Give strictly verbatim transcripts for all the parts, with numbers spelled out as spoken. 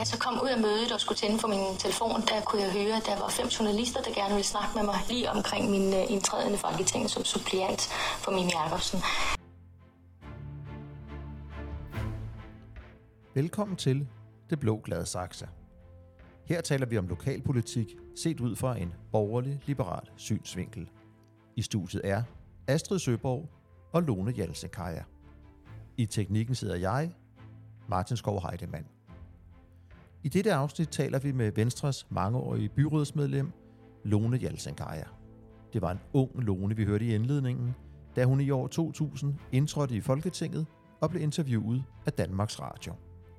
Jeg så kom ud af mødet og skulle tænde for min telefon, der kunne jeg høre, at der var fem journalister, der gerne ville snakke med mig lige omkring min uh, indtræden i Folketinget som suppleant for Mimi Jakobsen. Velkommen til Det Blå Gladsaxe. Her taler vi om lokalpolitik set ud fra en borgerlig-liberal synsvinkel. I studiet er Astrid Søborg og Lone Jalsekaja. I teknikken sidder jeg, Martin Skov Heidemann. I dette afsnit taler vi med Venstres mangeårige byrådsmedlem, Lone Jalsekaja. Det var en ung Lone, vi hørte i indledningen, da hun i år to tusind indtrådte i Folketinget og blev interviewet af Danmarks Radio.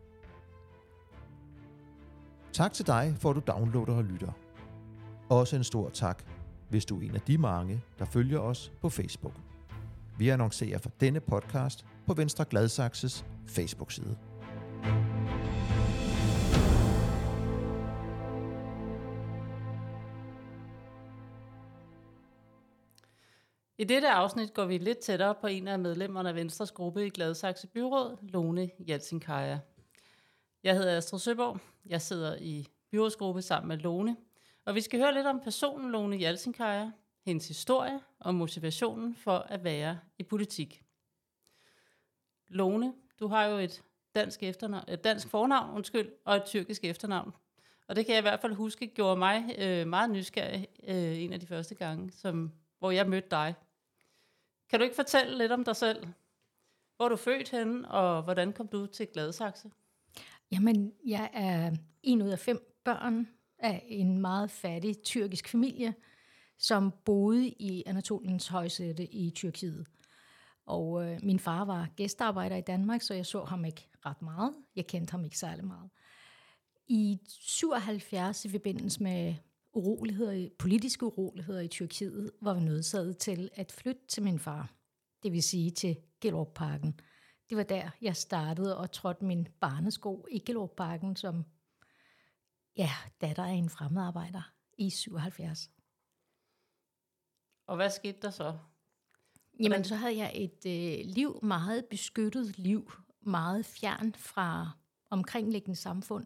Tak til dig, for at du downloader og lytter. Også en stor tak, hvis du er en af de mange, der følger os på Facebook. Vi annoncerer for denne podcast på Venstre Gladsaxes Facebook-side. I dette afsnit går vi lidt tættere på en af medlemmerne af Venstres gruppe i Gladsaxe Byråd, Lone Jalsekaja. Jeg hedder Astrid Søborg. Jeg sidder i byrådsgruppe sammen med Lone, og vi skal høre lidt om personen Lone Jalsekaja, hendes historie og motivationen for at være i politik. Lone, du har jo et dansk, efternavn, et dansk fornavn undskyld, og et tyrkisk efternavn. Og det kan jeg i hvert fald huske gjorde mig øh, meget nysgerrig øh, en af de første gange, som, hvor jeg mødte dig. Kan du ikke fortælle lidt om dig selv? Hvor er du født henne, og hvordan kom du til Gladsaxe? Jamen, jeg er en ud af fem børn af en meget fattig tyrkisk familie, som boede i Anatoliens højsætte i Tyrkiet. Og øh, min far var gæstearbejder i Danmark, så jeg så ham ikke ret meget. Jeg kendte ham ikke særlig meget. I syvoghalvfjerds, i forbindelse med uroligheder, politiske uroligheder i Tyrkiet, var vi nødsaget til at flytte til min far. Det vil sige til Gellerupparken. Det var der, jeg startede og trådte min barnesko i Gellerupparken som ja, datter af en fremmedarbejder i syvoghalvfjerds. Og hvad skete der så? Jamen, så havde jeg et øh, liv, meget beskyttet liv, meget fjern fra omkringliggende samfund,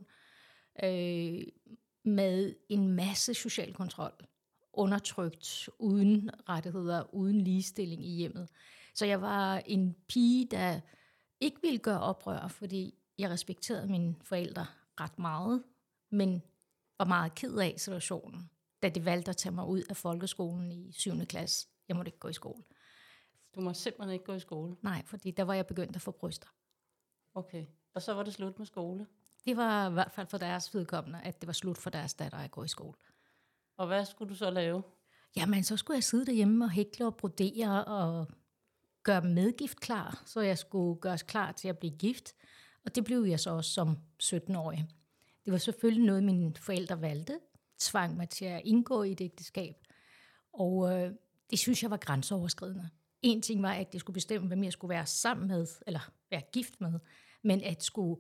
øh, med en masse social kontrol, undertrykt, uden rettigheder, uden ligestilling i hjemmet. Så jeg var en pige, der ikke ville gøre oprør, fordi jeg respekterede mine forældre ret meget, men var meget ked af situationen, da de valgte at tage mig ud af folkeskolen i syvende klasse. Jeg måtte ikke gå i skole. Du må simpelthen ikke gå i skole? Nej, fordi der var jeg begyndt at få bryster. Okay, og så var det slut med skole? Det var i hvert fald for deres vedkommende, at det var slut for deres datter at gå i skole. Og hvad skulle du så lave? Jamen, så skulle jeg sidde derhjemme og hækle og brodere og gøre medgift klar, så jeg skulle gøres klar til at blive gift. Og det blev jeg så også som sytten-årig. Det var selvfølgelig noget, mine forældre valgte, tvang mig til at indgå i et ægteskab. Og øh, det synes jeg var grænseoverskridende. En ting var, at det skulle bestemme, hvem jeg skulle være sammen med, eller være gift med, men at skulle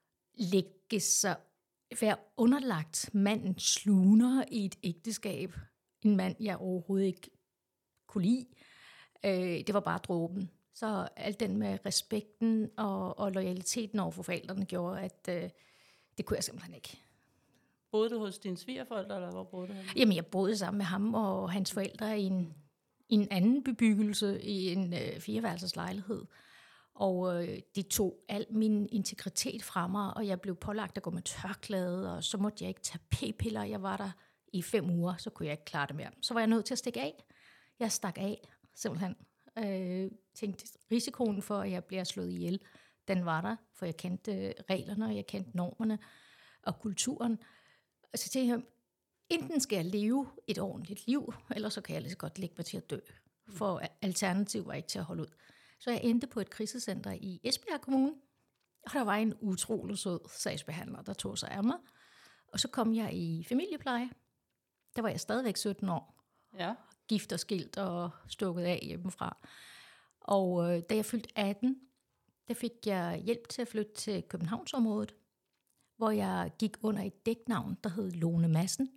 lægge sig, være underlagt mandens sluner i et ægteskab. En mand, jeg overhovedet ikke kunne lide. Øh, det var bare dråben. Så alt den med respekten og, og loyaliteten over for forældrene gjorde, at øh, det kunne jeg simpelthen ikke. Boede du hos dine svigerforældre, eller hvor boede du henne? Jamen, jeg boede sammen med ham og hans forældre i en, i en anden bebyggelse, i en øh, fireværelses lejlighed. Og øh, det tog al min integritet fra mig, og jeg blev pålagt at gå med tørklæde, og så måtte jeg ikke tage p-piller. Jeg var der i fem uger, så kunne jeg ikke klare det mere. Så var jeg nødt til at stikke af. Jeg stak af, simpelthen. Øh, tænkte, risikoen for, at jeg bliver slået ihjel, den var der, for jeg kendte reglerne, og jeg kendte normerne og kulturen. Og så tænkte jeg, enten skal jeg leve et ordentligt liv, eller så kan jeg lige så godt lægge mig til at dø. For alternativ var ikke til at holde ud. Så jeg endte på et krisecenter i Esbjerg Kommune, og der var en utrolig sød sagsbehandler, der tog sig af mig. Og så kom jeg i familiepleje. Der var jeg stadigvæk sytten år. Ja. Gift og skilt og stukket af hjemmefra. Og øh, da jeg fyldte atten, der fik jeg hjælp til at flytte til Københavnsområdet, hvor jeg gik under et dæknavn, der hed Lone Madsen.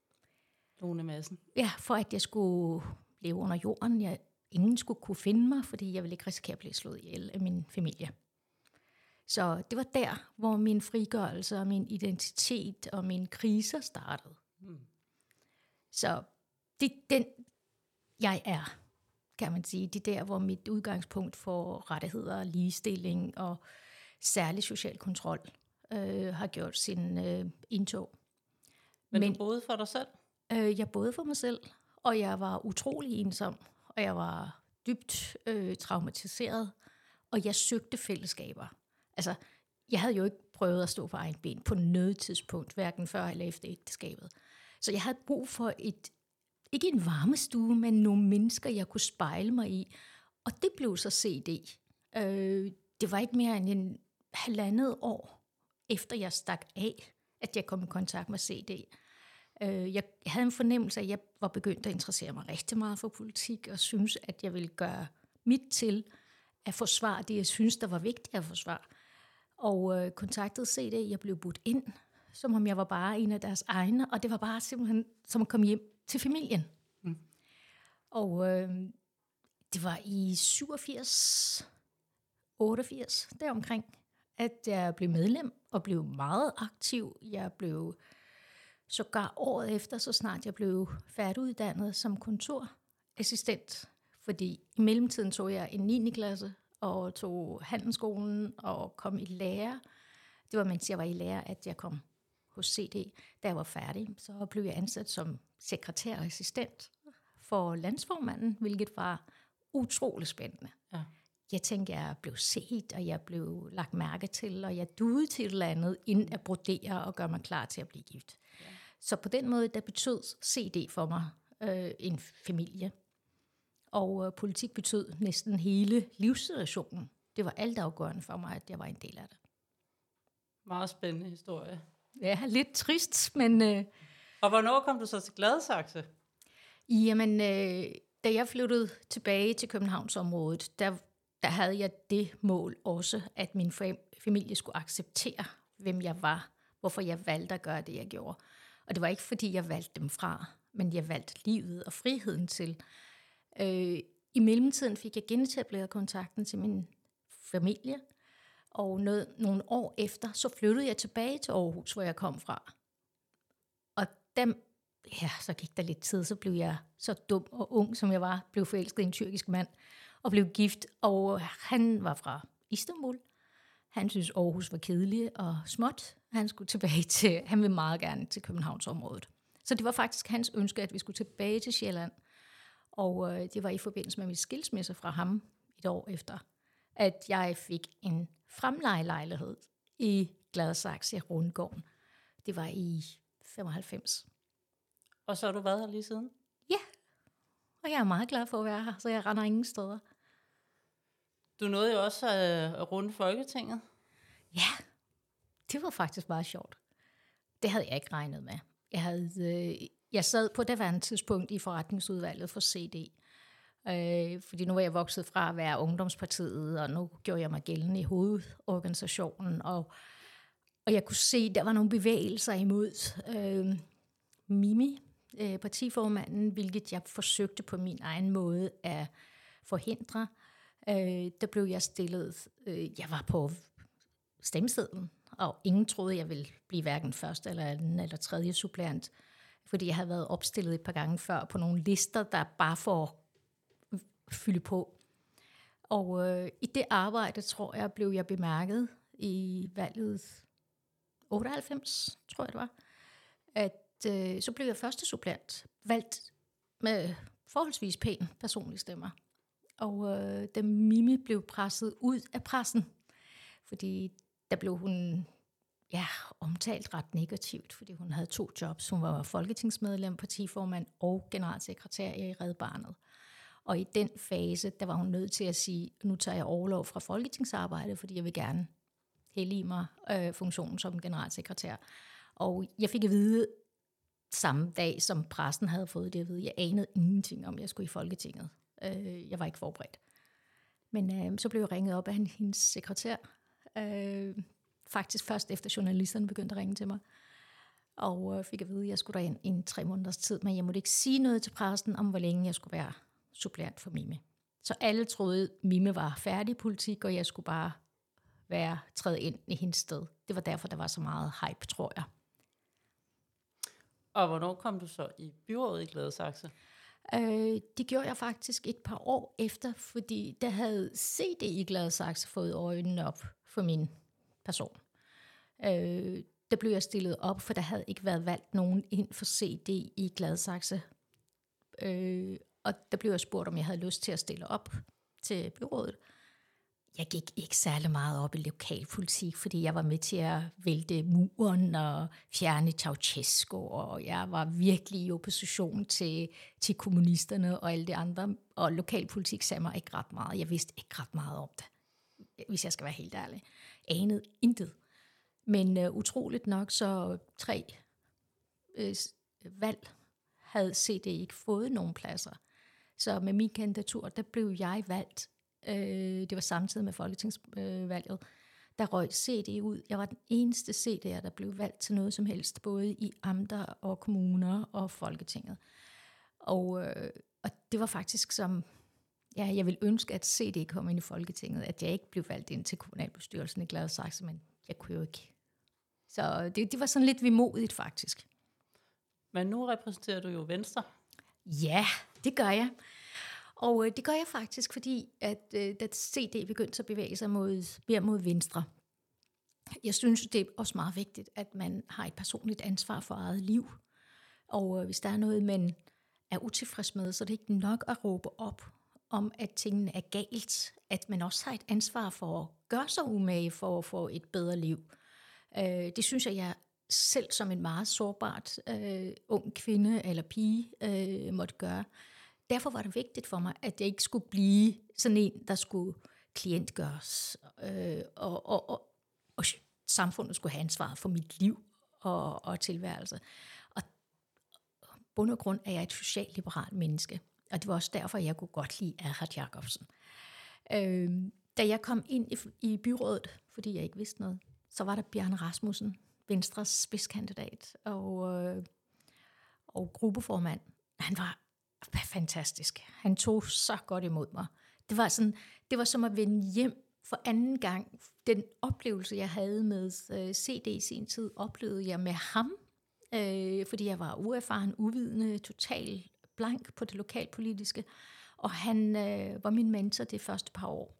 Lone Madsen? Ja, for at jeg skulle leve under jorden. Jeg, ingen skulle kunne finde mig, fordi jeg ville ikke risikere at blive slået ihjel af min familie. Så det var der, hvor min frigørelse og min identitet og mine kriser startede. Mm. Så det er den, jeg er, kan man sige. Det er der, hvor mit udgangspunkt for rettigheder, ligestilling og særlig social kontrol øh, har gjort sin øh, indtog. Men, Men du boede for dig selv? Øh, jeg boede for mig selv, og jeg var utrolig ensom, og jeg var dybt øh, traumatiseret, og jeg søgte fællesskaber. Altså, jeg havde jo ikke prøvet at stå på egen ben på noget tidspunkt, hverken før eller efter ægteskabet. Så jeg havde brug for et, ikke en varmestue, men nogle mennesker, jeg kunne spejle mig i. Og det blev så C D. Øh, det var ikke mere end en halvandet år, efter jeg stak af, at jeg kom i kontakt med C D. Øh, jeg havde en fornemmelse af, at jeg var begyndt at interessere mig rigtig meget for politik, og synes, at jeg ville gøre mit til at forsvare det, jeg synes, der var vigtigt at forsvare. Og øh, kontaktede C D, jeg blev budt ind, som om jeg var bare en af deres egne, og det var bare simpelthen som at komme hjem til familien. Mm. Og øh, det var i syvogfirs, otteogfirs, deromkring, at jeg blev medlem og blev meget aktiv. Jeg blev sågar året efter, så snart jeg blev færdiguddannet som kontorassistent, fordi i mellemtiden tog jeg en niende klasse og tog handelsskolen og kom i lære. Det var, mens jeg var i lære, at jeg kom hos C D. Da jeg var færdig, så blev jeg ansat som sekretærassistent for landsformanden, hvilket var utrolig spændende. Ja. Jeg tænkte, jeg blev set, og jeg blev lagt mærke til, og jeg duede til et eller andet, inden at brodere og gøre mig klar til at blive gift. Ja. Så på den måde, der betød C D for mig øh, en familie. Og øh, politik betød næsten hele livssituationen. Det var altafgørende for mig, at jeg var en del af det. Meget spændende historie. Ja, lidt trist, men... Øh, og hvornår kom du så til Gladsaxe? Jamen, øh, da jeg flyttede tilbage til Københavnsområdet, der, der havde jeg det mål også, at min familie skulle acceptere, hvem jeg var, hvorfor jeg valgte at gøre det, jeg gjorde. Og det var ikke, fordi jeg valgte dem fra, men jeg valgte livet og friheden til. Øh, I mellemtiden fik jeg genetableret kontakten til min familie, og noget, nogle år efter, så flyttede jeg tilbage til Aarhus, hvor jeg kom fra. Og dem, ja, så gik der lidt tid, så blev jeg så dum og ung, som jeg var, blev forelsket i en tyrkisk mand, og blev gift, og han var fra Istanbul. Han synes Aarhus var kedelig og småt. Han skulle tilbage til, han ville meget gerne til Københavnsområdet. Så det var faktisk hans ønske, at vi skulle tilbage til Sjælland. Og øh, det var i forbindelse med min skilsmisse fra ham et år efter, at jeg fik en fremlejelejlighed i Gladsaxe Rundgården. Det var i femoghalvfems. Og så har du været her lige siden? Ja, og jeg er meget glad for at være her, så jeg render ingen steder. Du nåede jo også at runde Folketinget. Ja, det var faktisk meget sjovt. Det havde jeg ikke regnet med. Jeg, havde, øh, jeg sad på det værende tidspunkt i forretningsudvalget for C D. Øh, fordi nu var jeg vokset fra at være ungdomspartiet, og nu gjorde jeg mig gældende i hovedorganisationen. Og, og jeg kunne se, der var nogle bevægelser imod øh, Mimi, øh, partiformanden, hvilket jeg forsøgte på min egen måde at forhindre. Øh, der blev jeg stillet, øh, jeg var på stemmesedlen, og ingen troede, jeg ville blive hverken første eller anden eller tredje suppleant, fordi jeg havde været opstillet et par gange før på nogle lister, der bare får fylde på. Og øh, i det arbejde, tror jeg, blev jeg bemærket i valget otteoghalvfems, tror jeg det var, at øh, så blev jeg første suppleant, valgt med forholdsvis pæn personlige stemmer. Og øh, da Mimi blev presset ud af pressen, fordi der blev hun ja, omtalt ret negativt, fordi hun havde to jobs. Hun var folketingsmedlem, partiformand og generalsekretær i Red Barnet. Og i den fase, der var hun nødt til at sige, nu tager jeg overlov fra folketingsarbejdet, fordi jeg vil gerne hellige mig øh, funktionen som generalsekretær. Og jeg fik at vide samme dag, som pressen havde fået det at vide. Jeg anede ingenting om, jeg skulle i Folketinget. Øh, jeg var ikke forberedt. Men øh, så blev jeg ringet op af hendes sekretær. Øh, faktisk først efter journalisterne begyndte at ringe til mig. Og øh, fik at vide, at jeg skulle derind i en tre måneders tid, men jeg måtte ikke sige noget til pressen om, hvor længe jeg skulle være suppleant for Mime. Så alle troede, Mime var færdig i politik, og jeg skulle bare være træde ind i hendes sted. Det var derfor, der var så meget hype, tror jeg. Og hvornår kom du så i byrådet i Gladsaxe? Øh, det gjorde jeg faktisk et par år efter, fordi der havde C D i Gladsaxe fået øjnene op for min person. Øh, der blev jeg stillet op, for der havde ikke været valgt nogen ind for C D i Gladsaxe. Øh, og der blev jeg spurgt, om jeg havde lyst til at stille op til byrådet. Jeg gik ikke særlig meget op i lokalpolitik, fordi jeg var med til at vælte muren og fjerne Ceausescu, og jeg var virkelig i opposition til, til kommunisterne og alle de andre. Og lokalpolitik sagde mig ikke ret meget. Jeg vidste ikke ret meget om det, hvis jeg skal være helt ærlig. Anede intet. Men uh, utroligt nok, så tre øh, valg havde C D ikke fået nogen pladser. Så med min kandidatur, der blev jeg valgt. Det var samtidig med folketingsvalget, der røg C D ud. Jeg var den eneste C D'er, der blev valgt til noget som helst, både i amter og kommuner og Folketinget. Og, og det var faktisk som, ja, jeg ville ønske, at C D kom ind i Folketinget, at jeg ikke blev valgt ind til kommunalbestyrelsen i Gladsaxe, men jeg kunne jo ikke. Så det, det var sådan lidt vemodigt faktisk. Men nu repræsenterer du jo Venstre. Ja, det gør jeg. Og øh, det gør jeg faktisk, fordi at øh, da C D begyndte at bevæge sig mod, mere mod venstre. Jeg synes, det er også meget vigtigt, at man har et personligt ansvar for eget liv. Og øh, hvis der er noget, man er utilfreds med, så er det ikke nok at råbe op om, at tingene er galt. At man også har et ansvar for at gøre sig umage for at få et bedre liv. Øh, det synes jeg, jeg selv som en meget sårbart øh, ung kvinde eller pige øh, måtte gøre. Derfor var det vigtigt for mig, at jeg ikke skulle blive sådan en, der skulle klientgøres, øh, og, og, og, og samfundet skulle have ansvaret for mit liv og, og tilværelse. Og bund og grund er jeg et socialliberalt menneske, og det var også derfor, jeg kunne godt lide Erhard Jacobsen. Øh, da jeg kom ind i, i byrådet, fordi jeg ikke vidste noget, så var der Bjarne Rasmussen, Venstres spidskandidat og, øh, og gruppeformand. Han var fantastisk. Han tog så godt imod mig. Det var, sådan, det var som at vende hjem for anden gang. Den oplevelse, jeg havde med øh, C D i sin tid, oplevede jeg med ham, øh, fordi jeg var uerfaren, uvidende, total blank på det lokalpolitiske, og han øh, var min mentor det første par år.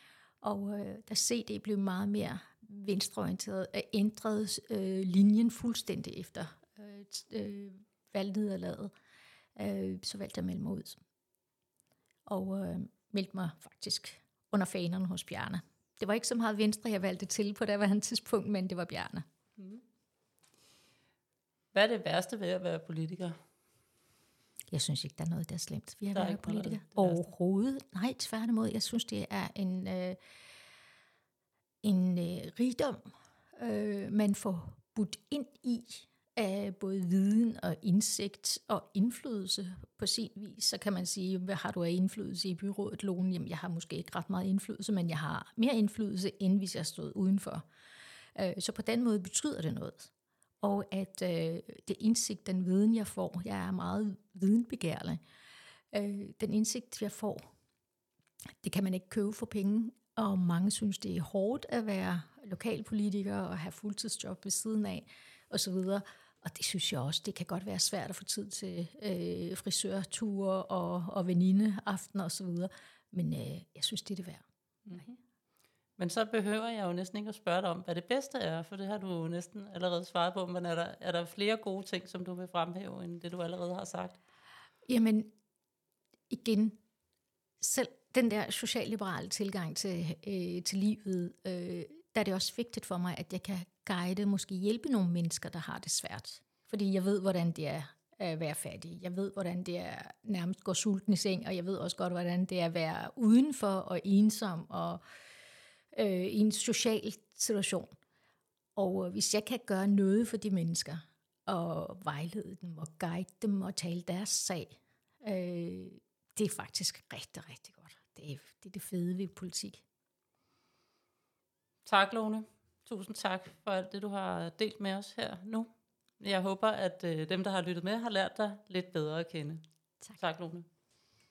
Og øh, da C D blev meget mere venstreorienteret, ændrede øh, linjen fuldstændig efter øh, øh, valgnederlaget. Øh, så valgte jeg at melde mig ud. Og øh, meldte mig faktisk under fanerne hos Bjarne. Det var ikke så meget Venstre, jeg valgte til på det var hans tidspunkt, men det var Bjarne. Mm. Hvad er det værste ved at være politiker? Jeg synes ikke, der er noget, der er slemt ved at der være politiker. Overhovedet. Nej, tværtimod. Jeg synes, det er en, øh, en øh, rigdom, øh, man får budt ind i af både viden og indsigt og indflydelse på sin vis. Så kan man sige, hvad har du af indflydelse i byrådet, Lone? Jamen, jeg har måske ikke ret meget indflydelse, men jeg har mere indflydelse, end hvis jeg stod udenfor. Så på den måde betyder det noget. Og at øh, det indsigt, den viden, jeg får, jeg er meget videnbegærlig, øh, den indsigt, jeg får, det kan man ikke købe for penge, og mange synes, det er hårdt at være lokalpolitiker og have fuldtidsjob ved siden af, og så videre. Og det synes jeg også, det kan godt være svært at få tid til øh, frisørture og, og venindeaftener og så videre. Men øh, jeg synes, det er det værd. Mm-hmm. Men så behøver jeg jo næsten ikke at spørge dig om, hvad det bedste er, for det har du jo næsten allerede svaret på. Men er der, er der flere gode ting, som du vil fremhæve, end det du allerede har sagt? Jamen, igen, selv den der socialliberale tilgang til, øh, til livet, øh, der er det også vigtigt for mig, at jeg kan guide, måske hjælpe nogle mennesker, der har det svært. Fordi jeg ved, hvordan det er at være fattig. Jeg ved, hvordan det er nærmest gå sulten i seng, og jeg ved også godt, hvordan det er at være udenfor og ensom og øh, i en social situation. Og hvis jeg kan gøre noget for de mennesker, og vejlede dem og guide dem og tale deres sag, øh, det er faktisk rigtig, rigtig godt. Det er det, er det fede ved politik. Tak, Lone. Tusind tak for alt det, du har delt med os her nu. Jeg håber, at øh, dem, der har lyttet med, har lært dig lidt bedre at kende. Tak. Tak, Lone.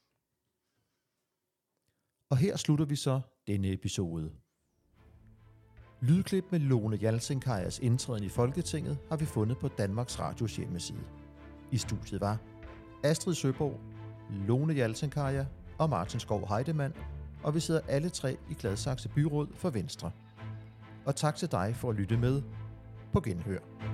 Og her slutter vi så denne episode. Lydklip med Lone Jalsingkajas indtræden i Folketinget har vi fundet på Danmarks Radios hjemmeside. I studiet var Astrid Søborg, Lone Jalsingkaja og Martin Skov Heidemann, og vi sidder alle tre i Gladsaxe Byråd for Venstre. Og tak til dig for at lytte med. På genhør.